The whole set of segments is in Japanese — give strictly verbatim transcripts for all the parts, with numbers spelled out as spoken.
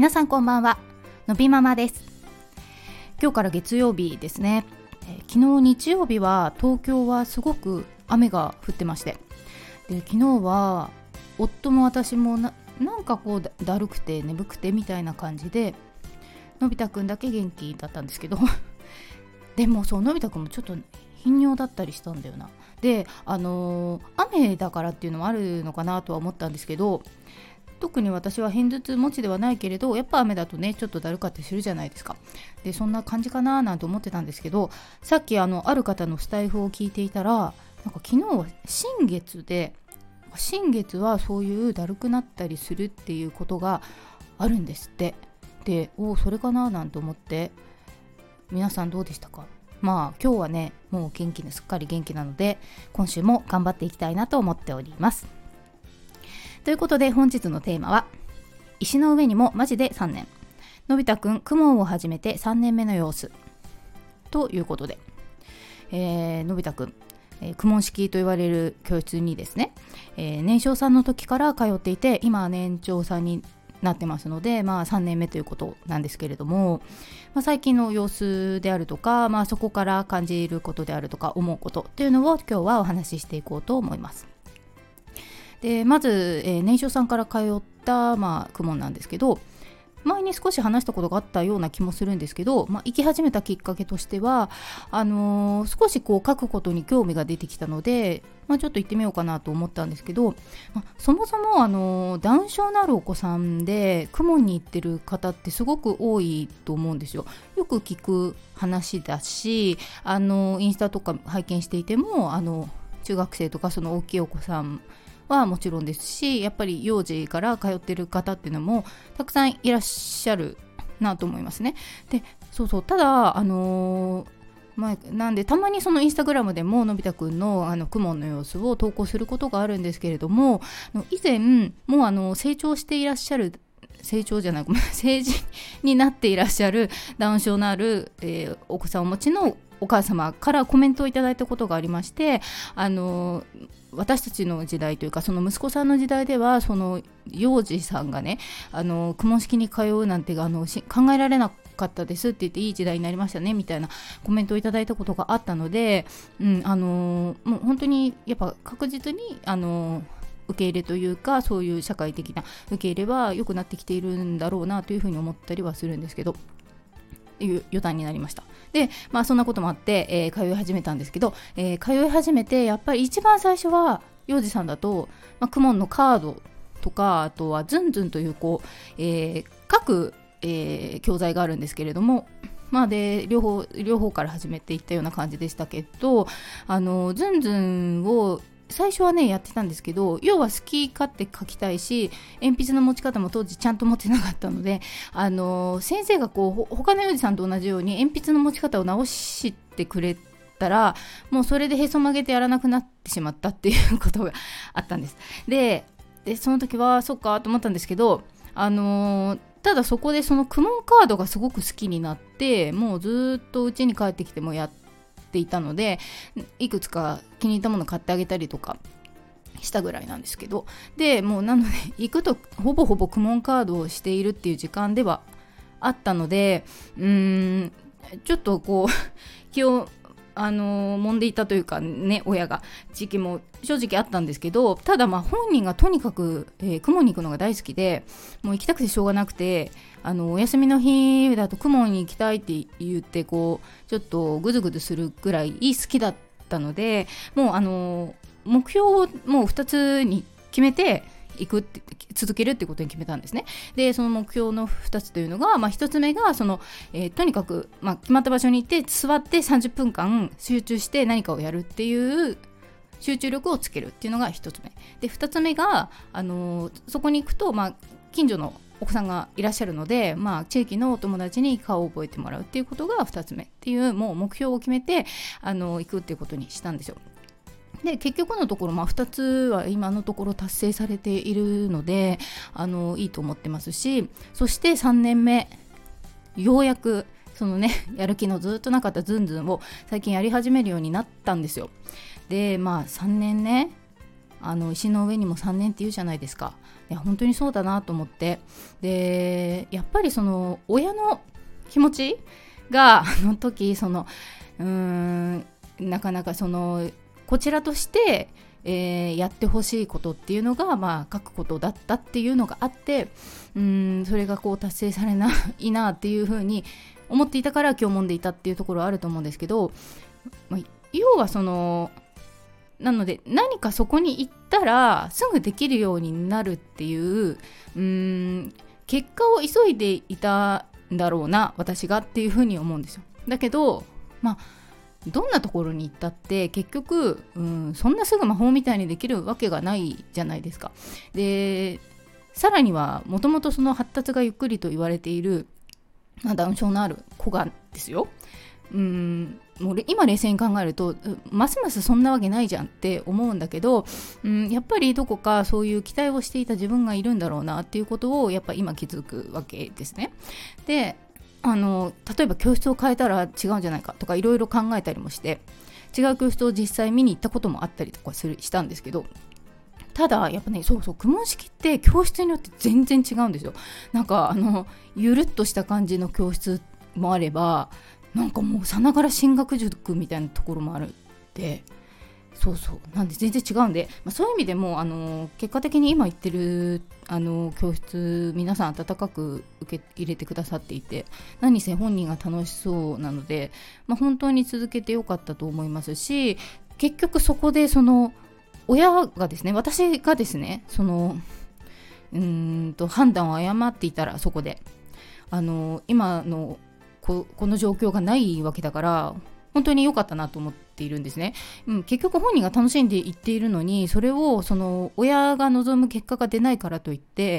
皆さんこんばんは、のびママです。今日から月曜日ですね。えー、昨日日曜日は東京はすごく雨が降ってまして、で昨日は夫も私も な, なんかこう だ, だるくて眠くてみたいな感じで、のび太くんだけ元気だったんですけどでもそうのび太くんもちょっと頻尿だったりしたんだよな。であのー、雨だからっていうのもあるのかなとは思ったんですけど、特に私は片頭痛持ちではないけれど、やっぱ雨だとねちょっとだるかってするじゃないですか。でそんな感じかななんて思ってたんですけど、さっきあのある方のスタイフを聞いていたら、なんか昨日は新月で、新月はそういうだるくなったりするっていうことがあるんですって。でおそれかななんて思って、皆さんどうでしたか？まあ今日はねもう元気なすっかり元気なので、今週も頑張っていきたいなと思っております。ということで本日のテーマは、石の上にもマジでさんねん、のび太くん公文を始めてさんねんめの様子ということで、えー、のび太くん、えー、公文式と言われる教室にですね、えー、年少さんの時から通っていて、今は年長さんになってますので、まあさんねんめということなんですけれども、まあ、最近の様子であるとか、まあ、そこから感じることであるとか思うことというのを今日はお話ししていこうと思います。でまず、えー、年少さんから通った、まあ、公文なんですけど、前に少し話したことがあったような気もするんですけど、まあ、行き始めたきっかけとしてはあのー、少しこう書くことに興味が出てきたので、まあ、ちょっと行ってみようかなと思ったんですけど、まあ、そもそも、あのー、ダウン症のあるお子さんで公文に行ってる方ってすごく多いと思うんですよ。よく聞く話だし、あのー、インスタとか拝見していても、あの中学生とかその大きいお子さんはもちろんですし、やっぱり幼児から通ってる方っていうのもたくさんいらっしゃるなと思いますね。でそうそうただあのーまあ、なんでたまにそのインスタグラムでものび太くんのあの公文の様子を投稿することがあるんですけれども、以前もうあの成長していらっしゃる成長じゃないごめん成人になっていらっしゃるダウン症のある、えー、お子さんをお持ちのお母様からコメントをいただいたことがありまして、あの私たちの時代というかその息子さんの時代ではその幼児さんがねあの公文式に通うなんてあの考えられなかったですって言って、いい時代になりましたねみたいなコメントをいただいたことがあったので、うん、あのもう本当にやっぱ確実にあの受け入れというか、そういう社会的な受け入れは良くなってきているんだろうなというふうに思ったりはするんですけど、いう余談になりました。で、まあそんなこともあって、えー、通い始めたんですけど、えー、通い始めてやっぱり一番最初は幼児さんだと、まあ、公文のカードとか、あとはズンズンというこう、えー、各、えー、教材があるんですけれども、まあで両方両方から始めていったような感じでしたけど、あのズンズンを最初はねやってたんですけど、要は好き勝手書きたいし、鉛筆の持ち方も当時ちゃんと持ってなかったので、あのー、先生がこう他の幼児さんと同じように鉛筆の持ち方を直してくれたら、もうそれでへそ曲げてやらなくなってしまったっていうことがあったんです。で、でその時はそっかと思ったんですけど、あのー、ただそこでその公文カードがすごく好きになって、もうずっと家に帰ってきてもやってていたので、いくつか気に入ったもの買ってあげたりとかしたぐらいなんですけど、でもうなので行くとほぼほぼ公文カードをしているっていう時間ではあったので、うーんちょっとこう気をあのー、揉んでいたというかね、親が時期も正直あったんですけど、ただまあ本人がとにかく、えー、公文に行くのが大好きで、もう行きたくてしょうがなくて、あのお休みの日だと公文に行きたいって言ってこうちょっとグズグズするぐらい好きだったので、もうあのー、目標をもうふたつに決めて行くって続けるってことに決めたんですね。でその目標のふたつというのが、まあ、ひとつめがその、えー、とにかく、まあ、決まった場所に行って座ってさんじゅっぷんかん集中して何かをやるっていう集中力をつけるっていうのがひとつめで、ふたつめが、あのー、そこに行くと、まあ、近所のお子さんがいらっしゃるので、まあ、地域のお友達に顔を覚えてもらうっていうことがふたつめっていう、もう目標を決めて、あのー、行くっていうことにしたんですよ。で結局のところ、まあ、ふたつは今のところ達成されているので、あのいいと思ってますし、そしてさんねんめようやくそのねやる気のずっとなかったズンズンを最近やり始めるようになったんですよ。でまあさんねんねあの石の上にもさんねんって言うじゃないですか。いや本当にそうだなと思って、でやっぱりその親の気持ちがあの時そのうーんなかなかそのこちらとして、えー、やってほしいことっていうのが、まあ、書くことだったっていうのがあって、うーんそれがこう達成されないなっていうふうに思っていたから今日揉んでいたっていうところはあると思うんですけど、まあ、要はそのなので何かそこに行ったらすぐできるようになるっていう、うーん結果を急いでいたんだろうな私がっていうふうに思うんですよ。だけどまあどんなところに行ったって結局、うん、そんなすぐ魔法みたいにできるわけがないじゃないですか。でさらにはもともとその発達がゆっくりと言われている、まあ、ダウン症のある子がですよ、うんもう今冷静に考えるとますますそんなわけないじゃんって思うんだけど、うん、やっぱりどこかそういう期待をしていた自分がいるんだろうなっていうことをやっぱ今気づくわけですね。であの例えば教室を変えたら違うんじゃないかとかいろいろ考えたりもして、違う教室を実際見に行ったこともあったりとかするしたんですけど、ただやっぱねそうそう公文式って教室によって全然違うんですよ。なんかあのゆるっとした感じの教室もあれば、なんかもうさながら進学塾みたいなところもあるって、そうそうなんで全然違うんで、まあ、そういう意味でもあの結果的に今行ってるあの教室皆さん温かく受け入れてくださっていて、何せ本人が楽しそうなので、まあ、本当に続けてよかったと思いますし、結局そこでその親がですね私がですねそのうーんと判断を誤っていたらそこであの今のこ, この状況がないわけだから本当に良かったなと思っているんですね、うん、結局本人が楽しんでいっているのにそれをその親が望む結果が出ないからといって、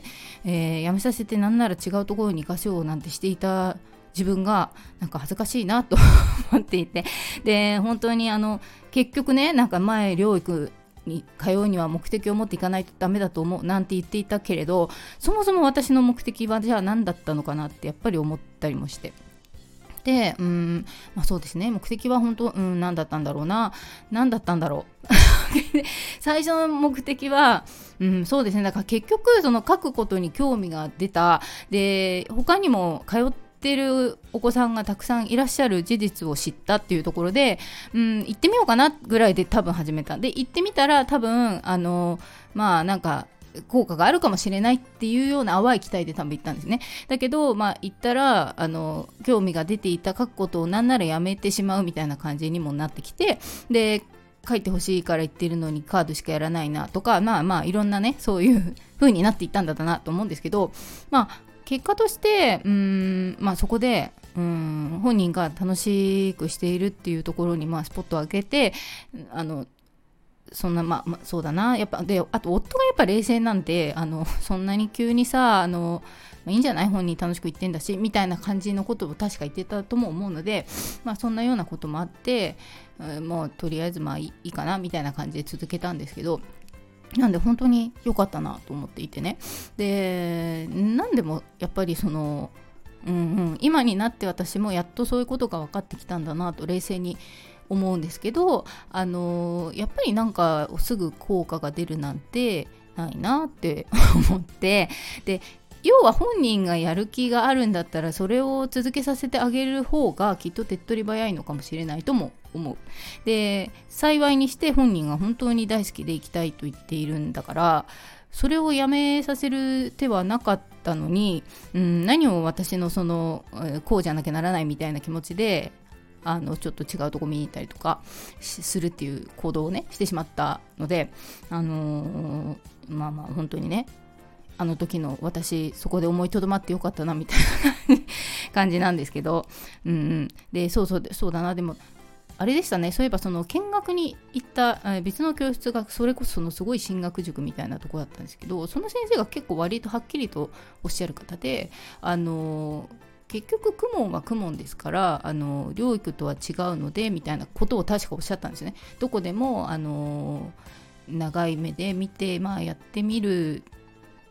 えー、やめさせてなんなら違うところに行かせようなんてしていた自分がなんか恥ずかしいなと思っていて、で本当にあの結局ねなんか前療育に通うには目的を持っていかないとダメだと思うなんて言っていたけれど、そもそも私の目的はじゃあ何だったのかなってやっぱり思ったりもして、でうーん、まあ、そうですね目的は本当、うん、何だったんだろうな何だったんだろう最初の目的は、うん、そうですねだから結局その書くことに興味が出た、で他にも通ってるお子さんがたくさんいらっしゃる事実を知ったっていうところで、うん、行ってみようかなぐらいで多分始めた。で行ってみたら多分あのまあなんか効果があるかもしれないっていうような淡い期待で多分行ったんですね。だけどまあ行ったらあの興味が出ていた書くことをなんならやめてしまうみたいな感じにもなってきて、で書いてほしいから言ってるのにカードしかやらないなとか、まあまあいろんなねそういう風になっていったんだなと思うんですけど、まあ結果としてうーんまあそこでうーん本人が楽しくしているっていうところにまあスポットを当てて、あのそんなまあ、まあ、そうだなやっぱで、あと夫がやっぱ冷静なんで、あのそんなに急にさあの、まあ、いいんじゃない本人楽しく言ってんだしみたいな感じのことを確か言ってたとも思うので、まあそんなようなこともあって、えー、もうとりあえずまあいい、いいかなみたいな感じで続けたんですけど、なんで本当に良かったなと思っていてね。でなんでもやっぱりそのうんうん、今になって私もやっとそういうことが分かってきたんだなと冷静に思うんですけど、あのー、やっぱりなんかすぐ効果が出るなんてないなって思って、で要は本人がやる気があるんだったらそれを続けさせてあげる方がきっと手っ取り早いのかもしれないとも思う。で幸いにして本人が本当に大好きで行きたいと言っているんだから、それをやめさせる手はなかったのに、うん、何を私のそのこうじゃなきゃならないみたいな気持ちであのちょっと違うとこ見に行ったりとかするっていう行動をねしてしまったので、あのー、まあまあ本当にねあの時の私そこで思いとどまってよかったなみたいな感じなんですけど、うんうん、でそうそうそうだな。でもあれでしたね、そういえばその見学に行った別の教室がそれこそそのすごい進学塾みたいなところだったんですけど、その先生が結構割とはっきりとおっしゃる方で、あの結局公文は公文ですから、あの療育とは違うのでみたいなことを確かおっしゃったんですね。どこでもあの長い目で見て、まあ、やってみる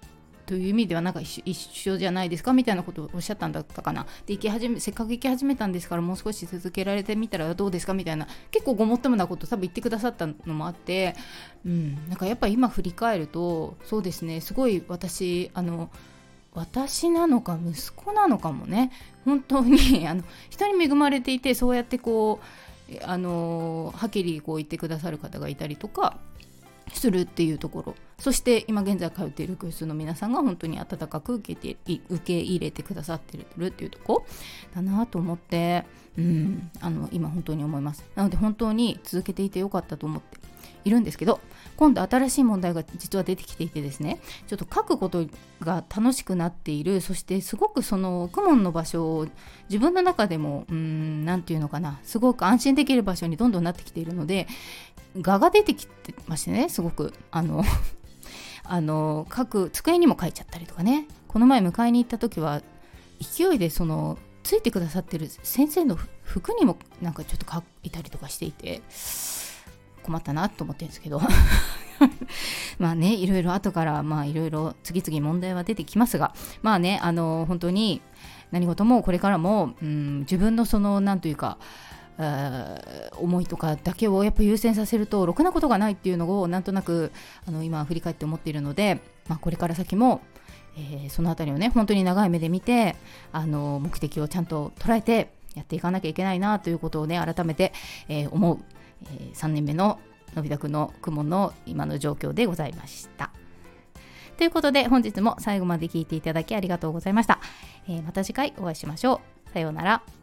という意味ではなんか一緒、一緒じゃないですかみたいなことをおっしゃったんだったかな。で行き始めせっかく行き始めたんですからもう少し続けられてみたらどうですかみたいな結構ごもっともなこと多分言ってくださったのもあって、うん、なんかやっぱ今振り返るとそうですね、すごい私あの私なのか息子なのかもね、本当にあの人に恵まれていて、そうやってこうあのはっきりこう言ってくださる方がいたりとかするっていうところ、そして今現在通っている教室の皆さんが本当に温かく受けて受け入れてくださってるっていうところだなと思って、うん、あの今本当に思います。なので本当に続けていてよかったと思っているんですけど、今度新しい問題が実は出てきていてですね、ちょっと書くことが楽しくなっている、そしてすごくその公文の場所を自分の中でもうーんなんていうのかな、すごく安心できる場所にどんどんなってきているので、画が出てきてましてね、すごくあのあの書く机にも書いちゃったりとかね、この前迎えに行った時は勢いでそのついてくださってる先生の服にもなんかちょっと書いたりとかしていて困ったなと思ってるんですけどまあね、いろいろ後からまあいろいろ次々問題は出てきますが、まあね、あの本当に何事もこれからも、うん、自分のそのなんというか思いとかだけをやっぱ優先させるとろくなことがないっていうのをなんとなくあの今振り返って思っているので、まあ、これから先も、えー、そのあたりをね本当に長い目で見てあの目的をちゃんと捉えてやっていかなきゃいけないなということをね改めて、えー、思う、えー、さんねんめののび太くんの公文の今の状況でございました。ということで本日も最後まで聞いていただきありがとうございました。えー、また次回お会いしましょう。さようなら。